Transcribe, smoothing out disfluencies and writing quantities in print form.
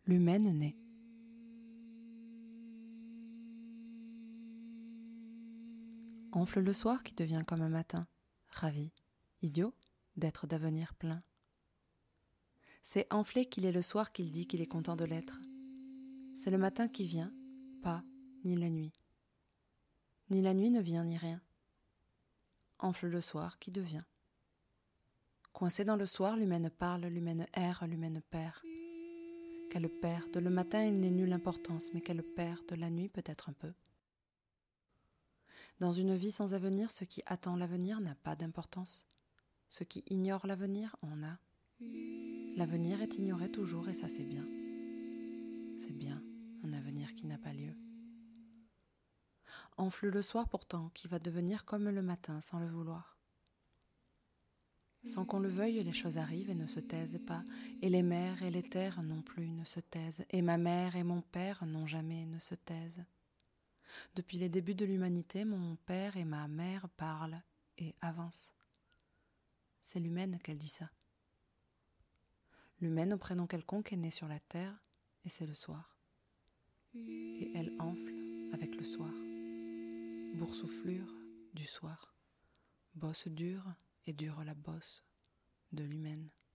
L'humaine naît. Enfle le soir qui devient comme un matin, ravi, idiot, d'être d'avenir plein. C'est enflé qu'il est le soir qu'il dit qu'il est content de l'être. C'est le matin qui vient, pas, ni la nuit. Ni la nuit ne vient ni rien. Enfle le soir qui devient. Coincé dans le soir, l'humaine parle, l'humaine erre, l'humaine perd. Qu'elle perd, de le matin il n'est nulle importance, mais qu'elle perd, de la nuit peut-être un peu. Dans une vie sans avenir, ce qui attend l'avenir n'a pas d'importance. Ce qui ignore l'avenir en a. L'avenir est ignoré toujours et ça c'est bien. C'est bien, un avenir qui n'a pas lieu. Enfle le soir pourtant, qui va devenir comme le matin sans le vouloir. Sans qu'on le veuille, les choses arrivent et ne se taisent pas, et les mers et les terres non plus ne se taisent, et ma mère et mon père non jamais ne se taisent. Depuis les débuts de l'humanité, mon père et ma mère parlent et avancent. C'est l'humaine qu'elle dit ça. L'humaine au prénom quelconque est née sur la terre, et c'est le soir. Et elle enfle avec le soir. Boursouflure du soir. Bosse dure et dure la bosse de l'humaine.